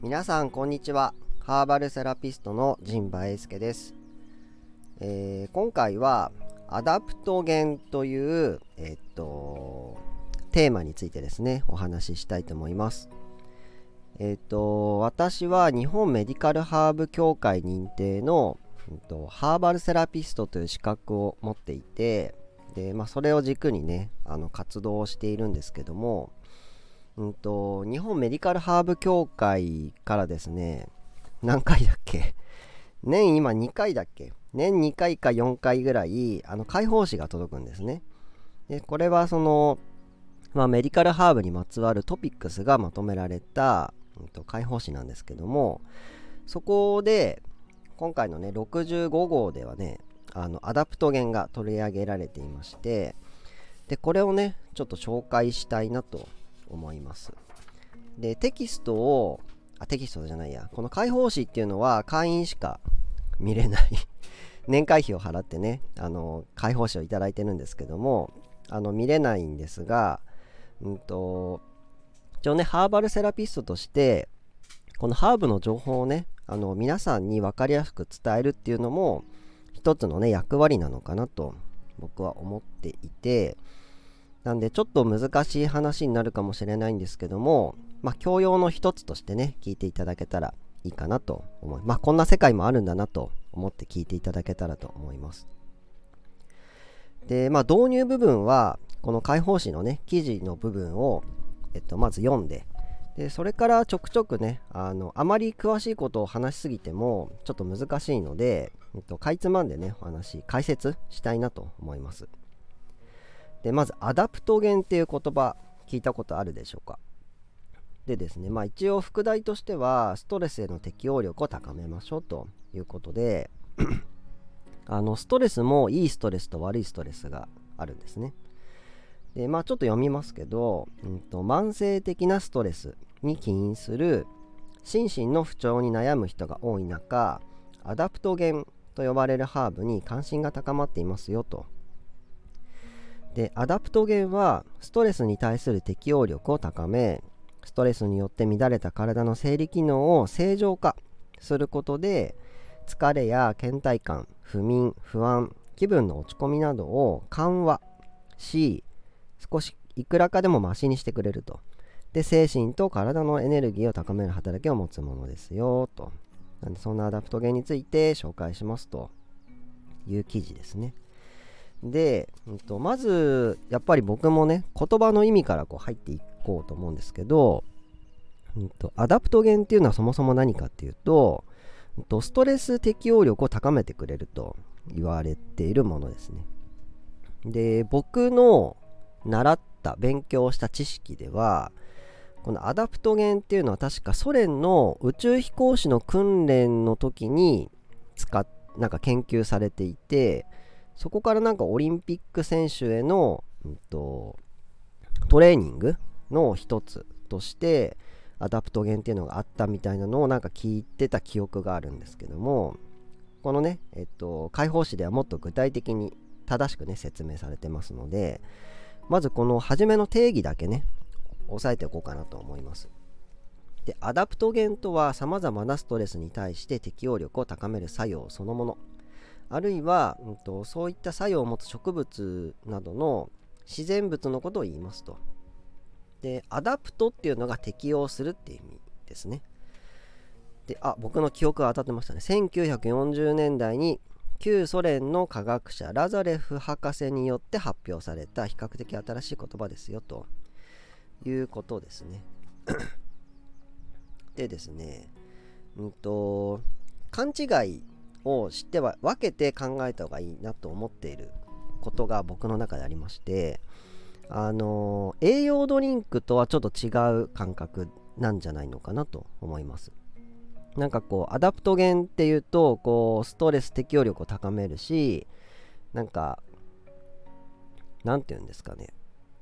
皆さんこんにちは。ハーバルセラピストの陣馬英介です。今回はアダプトゲンという、テーマについてですねお話ししたいと思います。私は日本メディカルハーブ協会認定の、ハーバルセラピストという資格を持っていて、で、それを軸にね活動をしているんですけども、日本メディカルハーブ協会からですね、何回だっけ、年今2回だっけ、年2回か4回ぐらい開放誌が届くんですね。でこれはメディカルハーブにまつわるトピックスがまとめられた、開放誌なんですけども、そこで今回のね65号ではねアダプトゲンが取り上げられていまして、でこれをねちょっと紹介したいなと思います。でテキストじゃないや、この開放誌っていうのは会員しか見れない年会費を払ってね開放誌をいただいてるんですけども、見れないんですが、一応ねハーバルセラピストとしてこのハーブの情報をね皆さんに分かりやすく伝えるっていうのも一つのね役割なのかなと僕は思っていて、なんでちょっと難しい話になるかもしれないんですけども、教養の一つとしてね聞いていただけたらいいかなと思い、こんな世界もあるんだなと思って聞いていただけたらと思います。で導入部分はこの開放誌のね記事の部分を、まず読んで、それからちょくちょくねあまり詳しいことを話しすぎてもちょっと難しいので、かいつまんでね解説したいなと思います。でまずアダプトゲンっていう言葉聞いたことあるでしょうか。でですね、一応副題としてはストレスへの適応力を高めましょうということでストレスもいいストレスと悪いストレスがあるんですね。でちょっと読みますけど、慢性的なストレスに起因する心身の不調に悩む人が多い中、アダプトゲンと呼ばれるハーブに関心が高まっていますよと。でアダプトゲンはストレスに対する適応力を高め、ストレスによって乱れた体の生理機能を正常化することで、疲れや倦怠感、不眠、不安、気分の落ち込みなどを緩和し、少しいくらかでもマシにしてくれると。で精神と体のエネルギーを高める働きを持つものですよと。なんでそんなアダプトゲンについて紹介しますという記事ですね。で、まずやっぱり僕もね言葉の意味から入っていこうと思うんですけど、アダプトゲンっていうのはそもそも何かっていうと、ストレス適応力を高めてくれると言われているものですね。で僕の勉強した知識では、このアダプトゲンっていうのは確かソ連の宇宙飛行士の訓練の時に研究されていて、そこからオリンピック選手への、トレーニングの一つとしてアダプトゲンっていうのがあったみたいなのを聞いてた記憶があるんですけども、このね、開放誌ではもっと具体的に正しくね説明されてますので、まずこの初めの定義だけね押さえておこうかなと思います。でアダプトゲンとは様々なストレスに対して適応力を高める作用そのもの、あるいは、そういった作用を持つ植物などの自然物のことを言いますと。でアダプトっていうのが適応するっていう意味ですね。で僕の記憶が当たってましたね。1940年代に旧ソ連の科学者ラザレフ博士によって発表された比較的新しい言葉ですよということですね。でですね、勘違いを知っては分けて考えた方がいいなと思っていることが僕の中でありまして、栄養ドリンクとはちょっと違う感覚なんじゃないのかなと思います。アダプトゲンっていうとストレス適応力を高めるし、なんて言うんですかね、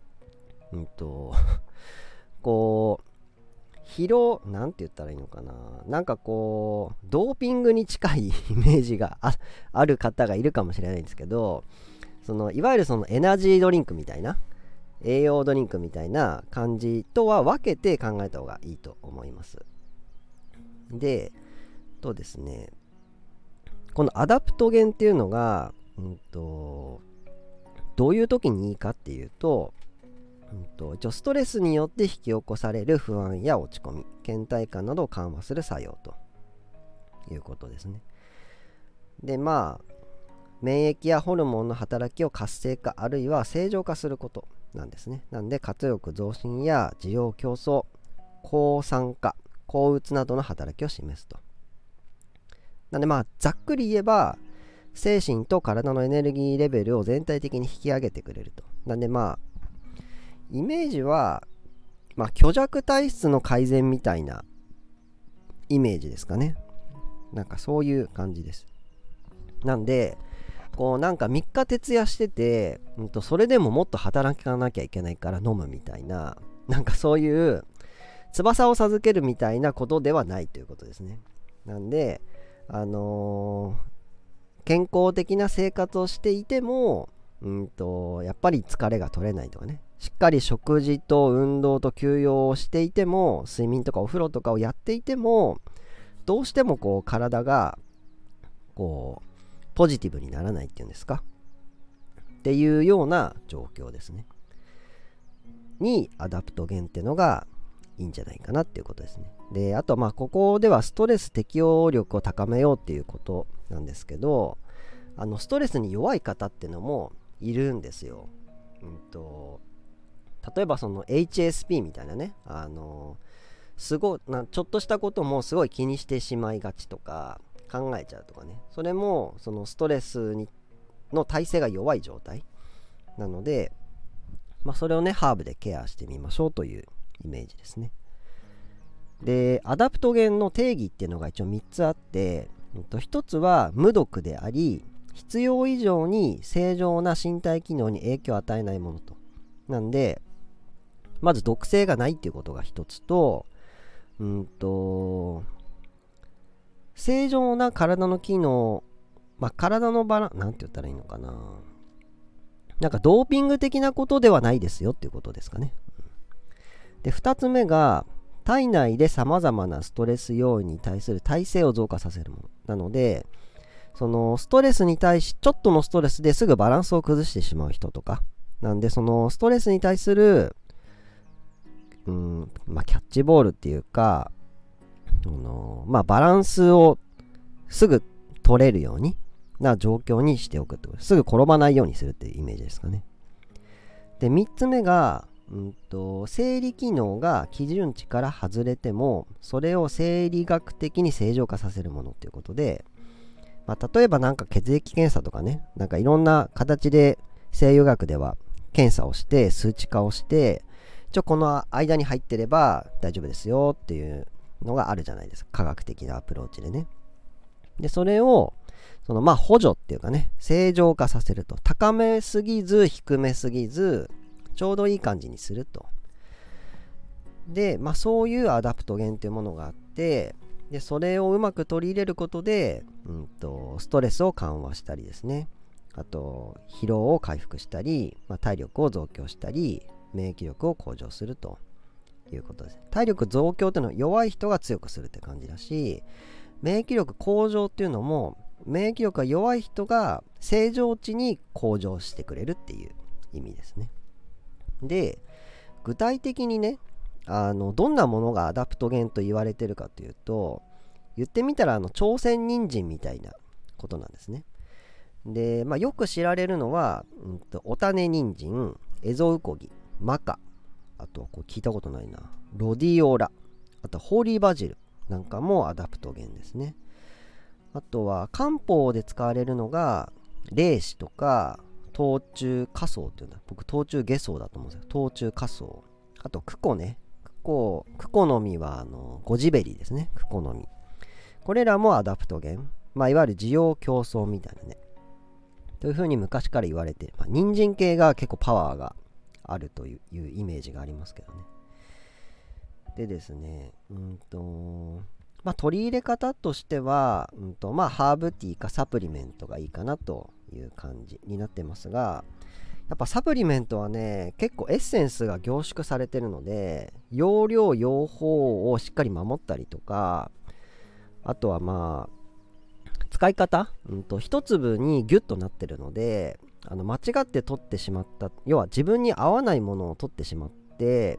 なんて言ったらいいのかな、ドーピングに近いイメージがある方がいるかもしれないんですけど、いわゆるエナジードリンクみたいな栄養ドリンクみたいな感じとは分けて考えた方がいいと思います。 で、ですね、このアダプトゲンっていうのが、どういう時にいいかっていうと、一応ストレスによって引き起こされる不安や落ち込み、倦怠感などを緩和する作用ということですね。で、免疫やホルモンの働きを活性化あるいは正常化することなんですね。なんで活力増進や需要競争、抗酸化、抗うつなどの働きを示すと。なんでざっくり言えば精神と体のエネルギーレベルを全体的に引き上げてくれると。なんでイメージは、虚弱体質の改善みたいなイメージですかね。なんかそういう感じです。なんでなんか3日徹夜してて、それでももっと働かなきゃいけないから飲むみたいな、なんかそういう翼を授けるみたいなことではないということですね。なんで健康的な生活をしていてもやっぱり疲れが取れないとかね、しっかり食事と運動と休養をしていても、睡眠とかお風呂とかをやっていても、どうしても体がポジティブにならないっていうんですかっていうような状況ですねにアダプトゲンってのがいいんじゃないかなっていうことですね。で、あとここではストレス適応力を高めようっていうことなんですけど、ストレスに弱い方ってのもいるんですよ。例えばその HSP みたいなね、すごいちょっとしたこともすごい気にしてしまいがちとか考えちゃうとかね、それもそのストレスの耐性が弱い状態なので、それをねハーブでケアしてみましょうというイメージですね。で、アダプトゲンの定義っていうのが一応3つあって、1つは無毒であり必要以上に正常な身体機能に影響を与えないものと。なんでまず毒性がないっていうことが1つと、正常な体の機能、体のバランなんて言ったらいいのかな、なんかドーピング的なことではないですよっていうことですかね。で、2つ目が体内でさまざまなストレス要因に対する耐性を増加させるものなので、そのストレスに対しちょっとのストレスですぐバランスを崩してしまう人とかなんで、そのストレスに対するキャッチボールっていうかバランスをすぐ取れるようにな状況にしておくってこと、すぐ転ばないようにするっていうイメージですかね。で、3つ目が生理機能が基準値から外れてもそれを生理学的に正常化させるものっていうことで、例えばなんか血液検査とかね、なんかいろんな形で西洋学では検査をして数値化をして、この間に入ってれば大丈夫ですよっていうのがあるじゃないですか、科学的なアプローチでね。で、それを補助っていうかね、正常化させると、高めすぎず低めすぎずちょうどいい感じにすると。で、そういうアダプトゲンっていうものがあって、でそれをうまく取り入れることで、ストレスを緩和したりですね、あと疲労を回復したり、体力を増強したり免疫力を向上するということです。体力増強っていうのは弱い人が強くするって感じだし、免疫力向上っていうのも免疫力が弱い人が正常値に向上してくれるっていう意味ですね。で、具体的にね、どんなものがアダプトゲンと言われてるかというと、言ってみたら朝鮮人参みたいなことなんですね。で、よく知られるのは、お種人参、エゾウコギ、マカ、あと聞いたことないな、ロディオラ、あとホーリーバジルなんかもアダプトゲンですね。あとは漢方で使われるのが霊子とか冬虫夏草っていうんだ、僕冬虫夏草だと思うんですよ。冬虫夏草、あとクコね、クコの実はゴジベリーですね。クコの実、これらもアダプトゲン、いわゆる需要競争みたいなね、というふうに昔から言われて、人参系が結構パワーがあるというイメージがありますけどね。でですね、取り入れ方としては、ハーブティーかサプリメントがいいかなという感じになってますが、やっぱサプリメントはね、結構エッセンスが凝縮されてるので、用量用法をしっかり守ったりとか、 あとは使い方、一粒にギュッとなってるので、間違って取ってしまった、要は自分に合わないものを取ってしまって、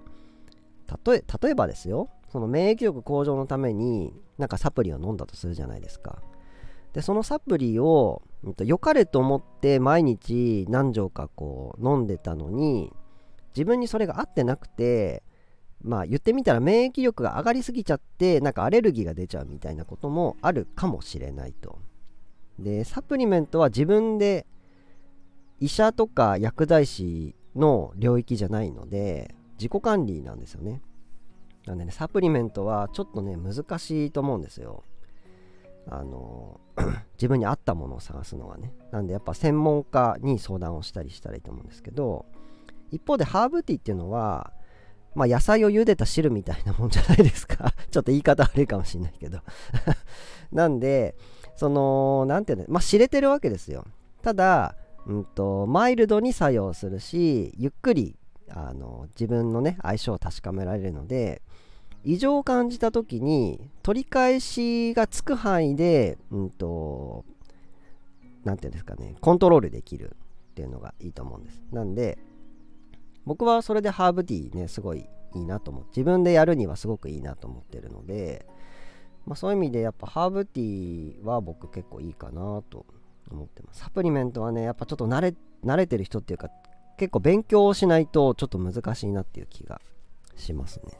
例えばですよ、その免疫力向上のためになんかサプリを飲んだとするじゃないですか。でそのサプリを、良かれと思って毎日何錠かこう飲んでたのに、自分にそれが合ってなくて、言ってみたら免疫力が上がりすぎちゃってなんかアレルギーが出ちゃうみたいなこともあるかもしれないと。でサプリメントは自分で、医者とか薬剤師の領域じゃないので自己管理なんですよね。なんでね、サプリメントはちょっとね難しいと思うんですよ。自分に合ったものを探すのはね。なんでやっぱ専門家に相談をしたりしたらいいと思うんですけど、一方でハーブティーっていうのは野菜を茹でた汁みたいなもんじゃないですか。ちょっと言い方悪いかもしれないけどなんでなんていうの、知れてるわけですよ。ただマイルドに作用するし、ゆっくり自分のね相性を確かめられるので、異常を感じた時に取り返しがつく範囲でなんていうんですかね、コントロールできるっていうのがいいと思うんです。なんで僕はそれでハーブティーねすごいいいなと思って、自分でやるにはすごくいいなと思ってるので、そういう意味でやっぱハーブティーは僕結構いいかなと思ってます。サプリメントはねやっぱちょっと慣れてる人っていうか、結構勉強をしないとちょっと難しいなっていう気がしますね。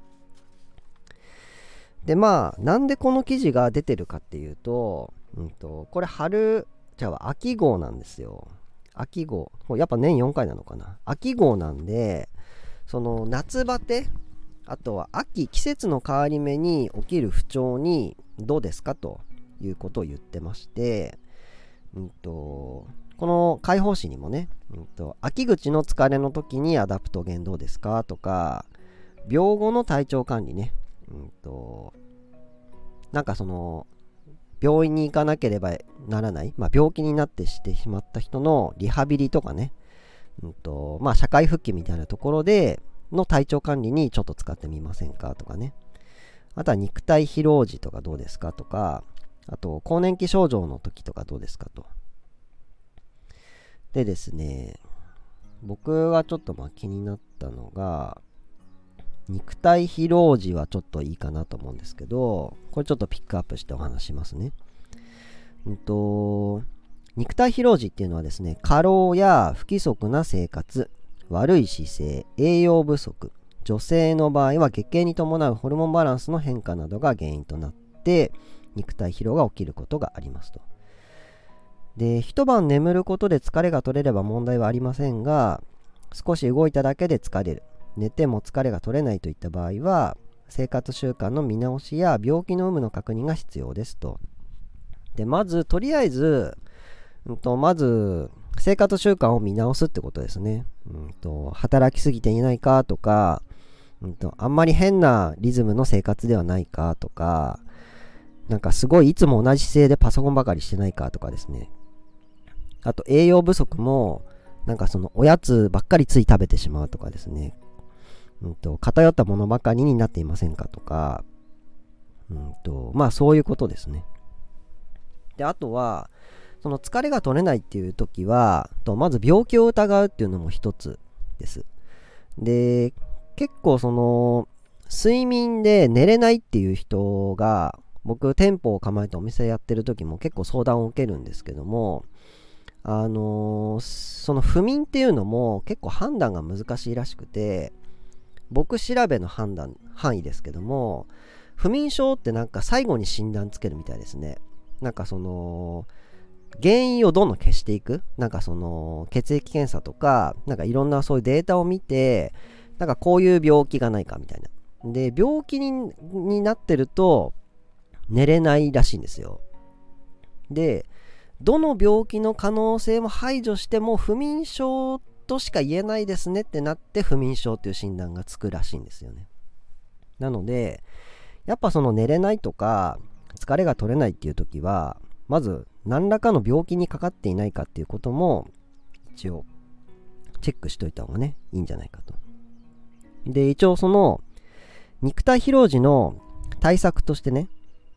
でなんでこの記事が出てるかっていうと、これ秋号なんですよ。秋号、やっぱ年4回なのかな。秋号なんで、その夏バテ、あとは季節の変わり目に起きる不調にどうですかということを言ってまして、この解放誌にもね、秋口の疲れの時にアダプトゲンどうですかとか、病後の体調管理ね、なんか病院に行かなければならない、病気になってしてしまった人のリハビリとかね、社会復帰みたいなところでの体調管理にちょっと使ってみませんかとかね。あとは肉体疲労時とかどうですかとか、あと更年期症状の時とかどうですかと。でですね、僕がちょっと気になったのが、肉体疲労時はちょっといいかなと思うんですけど、これちょっとピックアップしてお話しますね。肉体疲労時っていうのはですね、過労や不規則な生活、悪い姿勢、栄養不足、女性の場合は月経に伴うホルモンバランスの変化などが原因となって肉体疲労が起きることがありますと。で、一晩眠ることで疲れが取れれば問題はありませんが、少し動いただけで疲れる、寝ても疲れが取れないといった場合は、生活習慣の見直しや病気の有無の確認が必要ですと。で、とりあえず、まず生活習慣を見直すってことですね。働きすぎていないかとか、あんまり変なリズムの生活ではないかとか、なんかすごいいつも同じ姿勢でパソコンばかりしてないかとかですね。あと栄養不足も、なんかおやつばっかりつい食べてしまうとかですね。偏ったものばかりになっていませんかとか、そういうことですね。で、あとはその疲れが取れないっていう時はまず病気を疑うっていうのも一つです。で、結構睡眠で寝れないっていう人が、僕店舗を構えてお店やってる時も結構相談を受けるんですけども、その不眠っていうのも結構判断が難しいらしくて、僕調べの範囲ですけども、不眠症ってなんか最後に診断つけるみたいですね。なんか原因をどんどん消していく、なんか血液検査とか、なんかいろんなそういうデータを見て、なんかこういう病気がないかみたいな。で、病気になってると寝れないらしいんですよ。で、どの病気の可能性も排除しても不眠症としか言えないですねってなって不眠症っていう診断がつくらしいんですよね。なのでやっぱ寝れないとか疲れが取れないっていう時は、まず何らかの病気にかかっていないかっていうことも一応チェックしといた方がねいいんじゃないかと。で、一応肉体疲労時の対策としてね、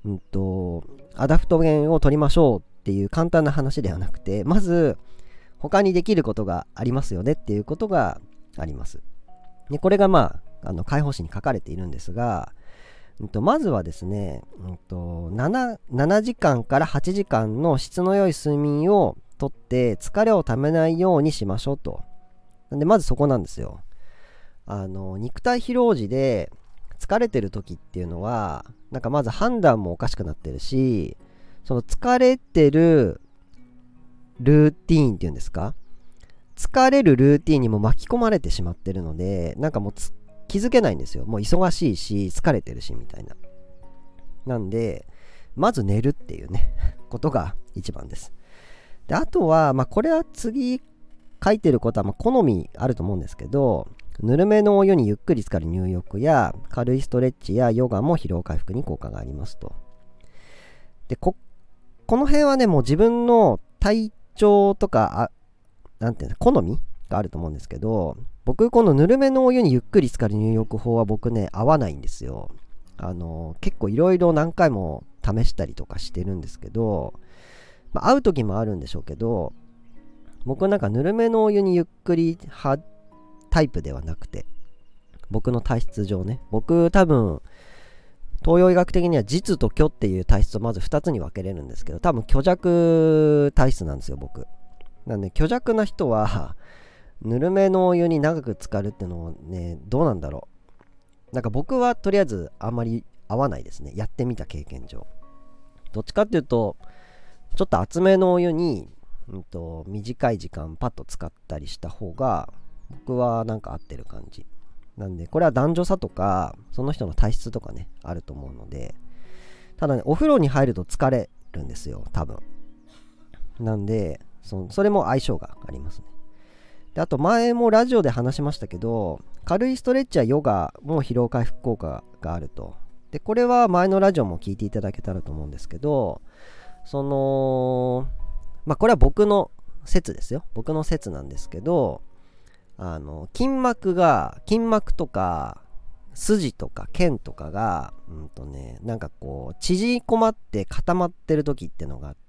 アダプトゲンを取りましょうっていう簡単な話ではなくて、まず他にできることがありますよねっていうことがあります。でこれが解放誌に書かれているんですが、まずはですね、7時間から8時間の質の良い睡眠をとって疲れをためないようにしましょうと。なんでまずそこなんですよ。肉体疲労時で疲れてる時っていうのはなんかまず判断もおかしくなってるし、その疲れてるルーティーンっていうんですか、疲れるルーティーンにも巻き込まれてしまってるので、なんかもう気づけないんですよ。もう忙しいし疲れてるしみたいな。なんでまず寝るっていうねことが一番です。であとはこれは次書いてることは好みあると思うんですけど、ぬるめのお湯にゆっくり浸かる入浴や軽いストレッチやヨガも疲労回復に効果がありますと。でこの辺はねもう自分の体調とかなんていうの好みがあると思うんですけど、僕このぬるめのお湯にゆっくり浸かる入浴法は僕ね合わないんですよ。結構いろいろ何回も試したりとかしてるんですけど、合う時もあるんでしょうけど、僕なんかぬるめのお湯にゆっくり派タイプではなくて、僕の体質上ね、僕多分東洋医学的には実と虚っていう体質をまず2つに分けれるんですけど、多分虚弱体質なんですよ僕。なんで虚弱な人はぬるめのお湯に長く浸かるっていうのをね、どうなんだろう。なんか僕はとりあえずあんまり合わないですね、やってみた経験上。どっちかっていうとちょっと厚めのお湯に、短い時間パッと使ったりした方が僕はなんか合ってる感じなんで、これは男女差とかその人の体質とかねあると思うので、ただねお風呂に入ると疲れるんですよ多分。なんでそれも相性がありますね。であと前もラジオで話しましたけど、軽いストレッチやヨガも疲労回復効果があると。でこれは前のラジオも聞いていただけたらと思うんですけど、これは僕の説ですよ。僕の説なんですけど、筋膜とか筋とか腱とかがなんかこう縮こまって固まってる時ってのがあって、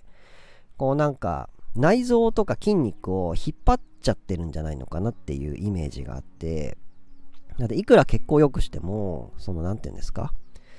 こうなんか内臓とか筋肉を引っ張っちゃってるんじゃないのかなっていうイメージがあって、なのでいくら血行良くしてもなんていうんですか、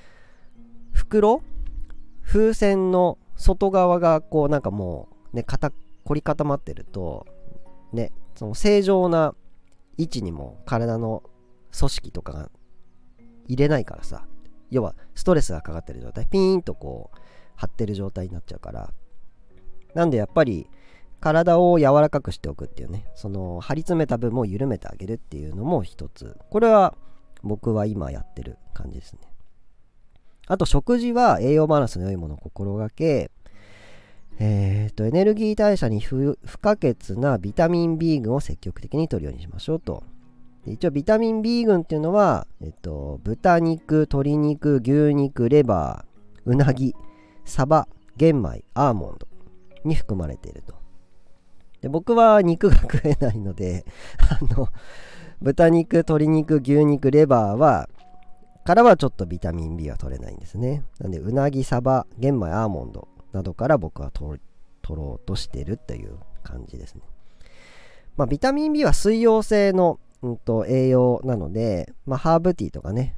風船の外側がこうなんかもうね凝り固まってるとね、その正常な位置にも体の組織とかが入れないからさ、要はストレスがかかってる状態、ピーンとこう張ってる状態になっちゃうから、なんでやっぱり体を柔らかくしておくっていうね、その張り詰めた部分を緩めてあげるっていうのも一つ、これは僕は今やってる感じですね。あと食事は栄養バランスの良いものを心がけ、エネルギー代謝に不可欠なビタミン B 群を積極的に摂るようにしましょうと。一応ビタミン B 群っていうのは、豚肉、鶏肉、牛肉、レバー、うなぎ、サバ、玄米、アーモンドに含まれていると。で僕は肉が食えないので豚肉、鶏肉、牛肉、レバーからはちょっとビタミン B は取れないんですね。なんでうなぎ、サバ、玄米、アーモンドなどから僕は取ろうとしてるという感じですね。ビタミン B は水溶性の、栄養なので、ハーブティーとかね、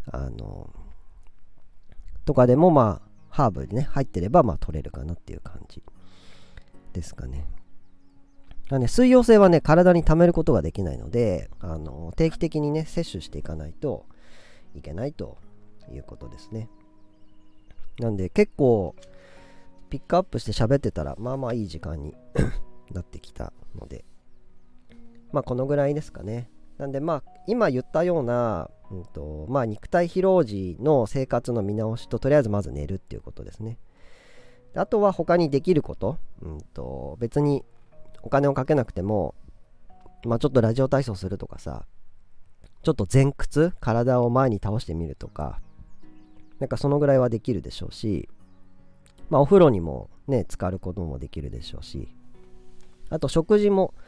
とかでもハーブにね入ってれば取れるかなっていう感じですかね。水溶性はね体に溜めることができないので、定期的にね摂取していかないといけないということですね。なんで結構ピックアップして喋ってたらいい時間になってきたので、このぐらいですかね。なんで今言ったような、肉体疲労時の生活の見直しと、とりあえずまず寝るっていうことですね。あとは他にできること、別にお金をかけなくても、ちょっとラジオ体操するとかさ、ちょっと前屈、体を前に倒してみるとか、なんかそのぐらいはできるでしょうし、お風呂にもね浸かることもできるでしょうし、あと食事も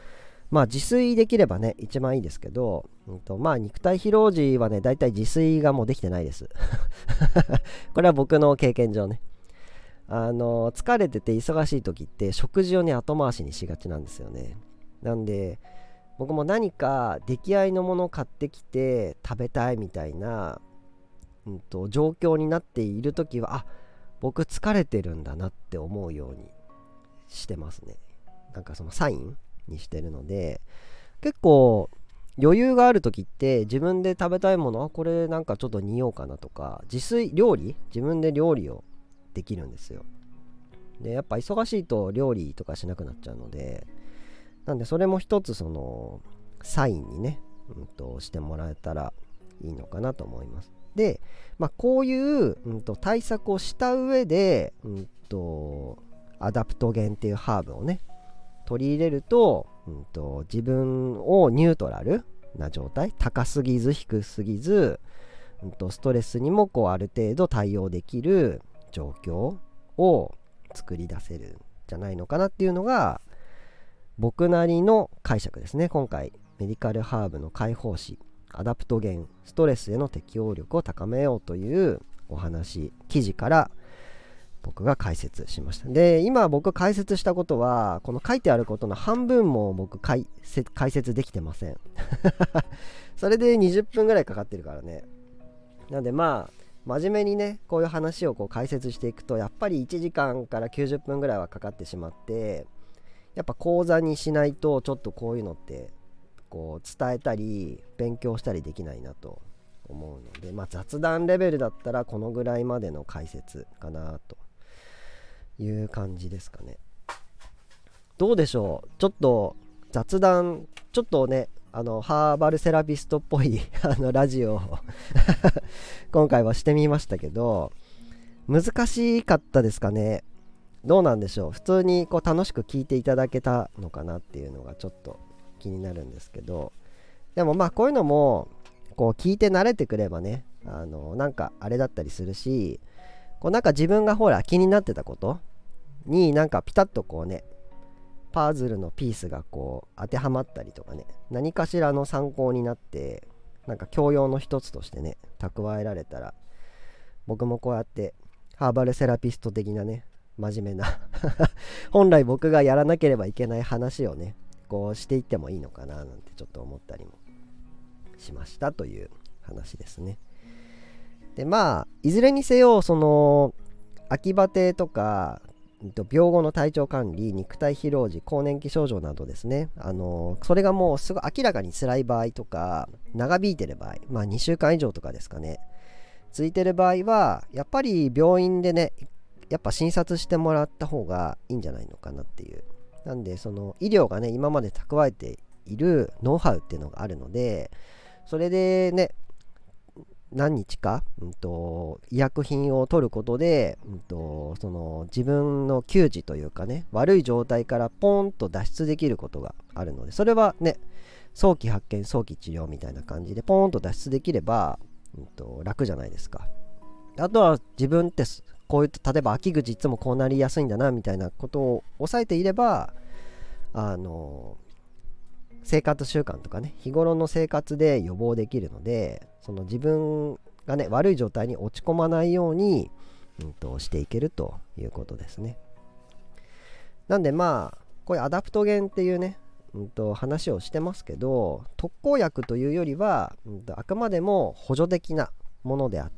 まあ自炊できればね一番いいですけど、まあ肉体疲労時はねだいたい自炊がもうできてないですこれは僕の経験上ね、疲れてて忙しい時って食事をね後回しにしがちなんですよね。なんで僕も何か出来合いのものを買ってきて食べたいみたいな、状況になっている時は僕疲れてるんだなって思うようにしてますね。なんかそのサインにしてるので、結構余裕がある時って自分で食べたいものこれなんかちょっと煮ようかなとか、自分で料理をできるんですよ。でやっぱ忙しいと料理とかしなくなっちゃうので、なんでそれも一つそのサインにね、してもらえたらいいのかなと思います。で、こういう、対策をした上で、アダプトゲンっていうハーブをね取り入れると、自分をニュートラルな状態、高すぎず低すぎず、ストレスにもこうある程度対応できる状況を作り出せるんじゃないのかなっていうのが僕なりの解釈ですね。今回メディカルハーブの解放誌アダプトゲン、ストレスへの適応力を高めようというお話記事から僕が解説しました。で今僕解説したことはこの書いてあることの半分も僕解説できてませんそれで20分ぐらいかかってるからね。なんで真面目にねこういう話をこう解説していくとやっぱり1時間から90分ぐらいはかかってしまって、やっぱ講座にしないとちょっとこういうのってこう伝えたり勉強したりできないなと思うので、雑談レベルだったらこのぐらいまでの解説かなという感じですかね。どうでしょう、ちょっと雑談ちょっとねハーバルセラピストっぽいラジオを今回はしてみましたけど、難しかったですかね。どうなんでしょう、普通にこう楽しく聞いていただけたのかなっていうのがちょっと気になるんですけど、でもこういうのもこう聞いて慣れてくればね、なんかあれだったりするし、こうなんか自分がほら気になってたことになんかピタッとこうねパズルのピースがこう当てはまったりとかね、何かしらの参考になってなんか教養の一つとしてね蓄えられたら、僕もこうやってハーバルセラピスト的なね真面目な本来僕がやらなければいけない話をねこうしていってもいいのかななんてちょっと思ったりもしましたという話ですね。でいずれにせよその秋バテとか病後の体調管理、肉体疲労時、更年期症状などですね、それがもうすごい明らかに辛い場合とか長引いてる場合、2週間以上とかですかねついてる場合はやっぱり病院でねやっぱ診察してもらった方がいいんじゃないのかなっていう。なんでその医療がね今まで蓄えているノウハウっていうのがあるので、それでね何日か、医薬品を取ることで、その自分の窮地というかね悪い状態からポーンと脱出できることがあるので、それはね早期発見早期治療みたいな感じでポーンと脱出できれば、楽じゃないですか。あとは自分ってこういう例えば秋口いつもこうなりやすいんだなみたいなことを抑えていれば、生活習慣とかね日頃の生活で予防できるので、その自分がね悪い状態に落ち込まないように、していけるということですね。なんでこういうアダプトゲンっていうね、話をしてますけど、特効薬というよりは、あくまでも補助的なものであって、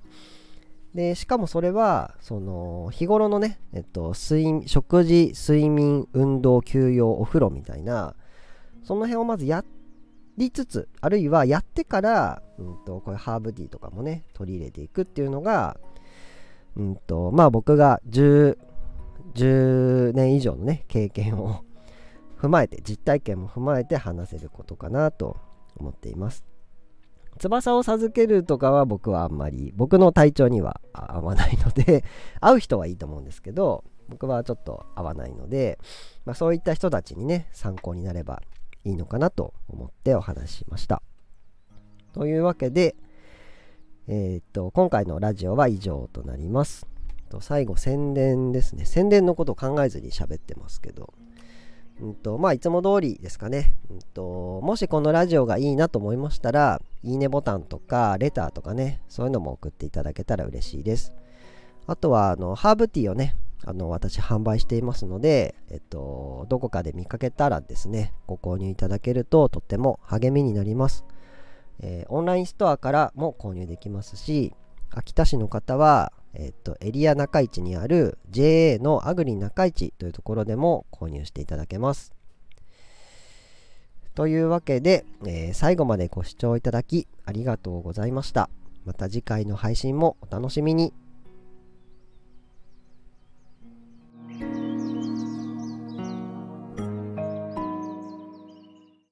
でしかもそれはその日頃のね、食事、睡眠、運動、休養、お風呂みたいなその辺をまずやりつつ、あるいはやってから、こういうハーブティーとかもね取り入れていくっていうのが、僕が10年以上のね経験を踏まえて、実体験も踏まえて話せることかなと思っています。翼を授けるとかは僕はあんまり僕の体調には合わないので合う人はいいと思うんですけど、僕はちょっと合わないので、そういった人たちにね参考になればいいのかなと思ってお話ししました。というわけで、今回のラジオは以上となります。最後宣伝ですね。宣伝のことを考えずに喋ってますけど、 いつも通りですかね。もしこのラジオがいいなと思いましたら、いいねボタンとか、レターとかね、そういうのも送っていただけたら嬉しいです。あとは、ハーブティーをね、私販売していますので、どこかで見かけたらですね、ご購入いただけるととっても励みになります。オンラインストアからも購入できますし、秋田市の方は、エリア中市にある JA のアグリ中市というところでも購入していただけます。というわけで、最後までご視聴いただきありがとうございました。また次回の配信もお楽しみに。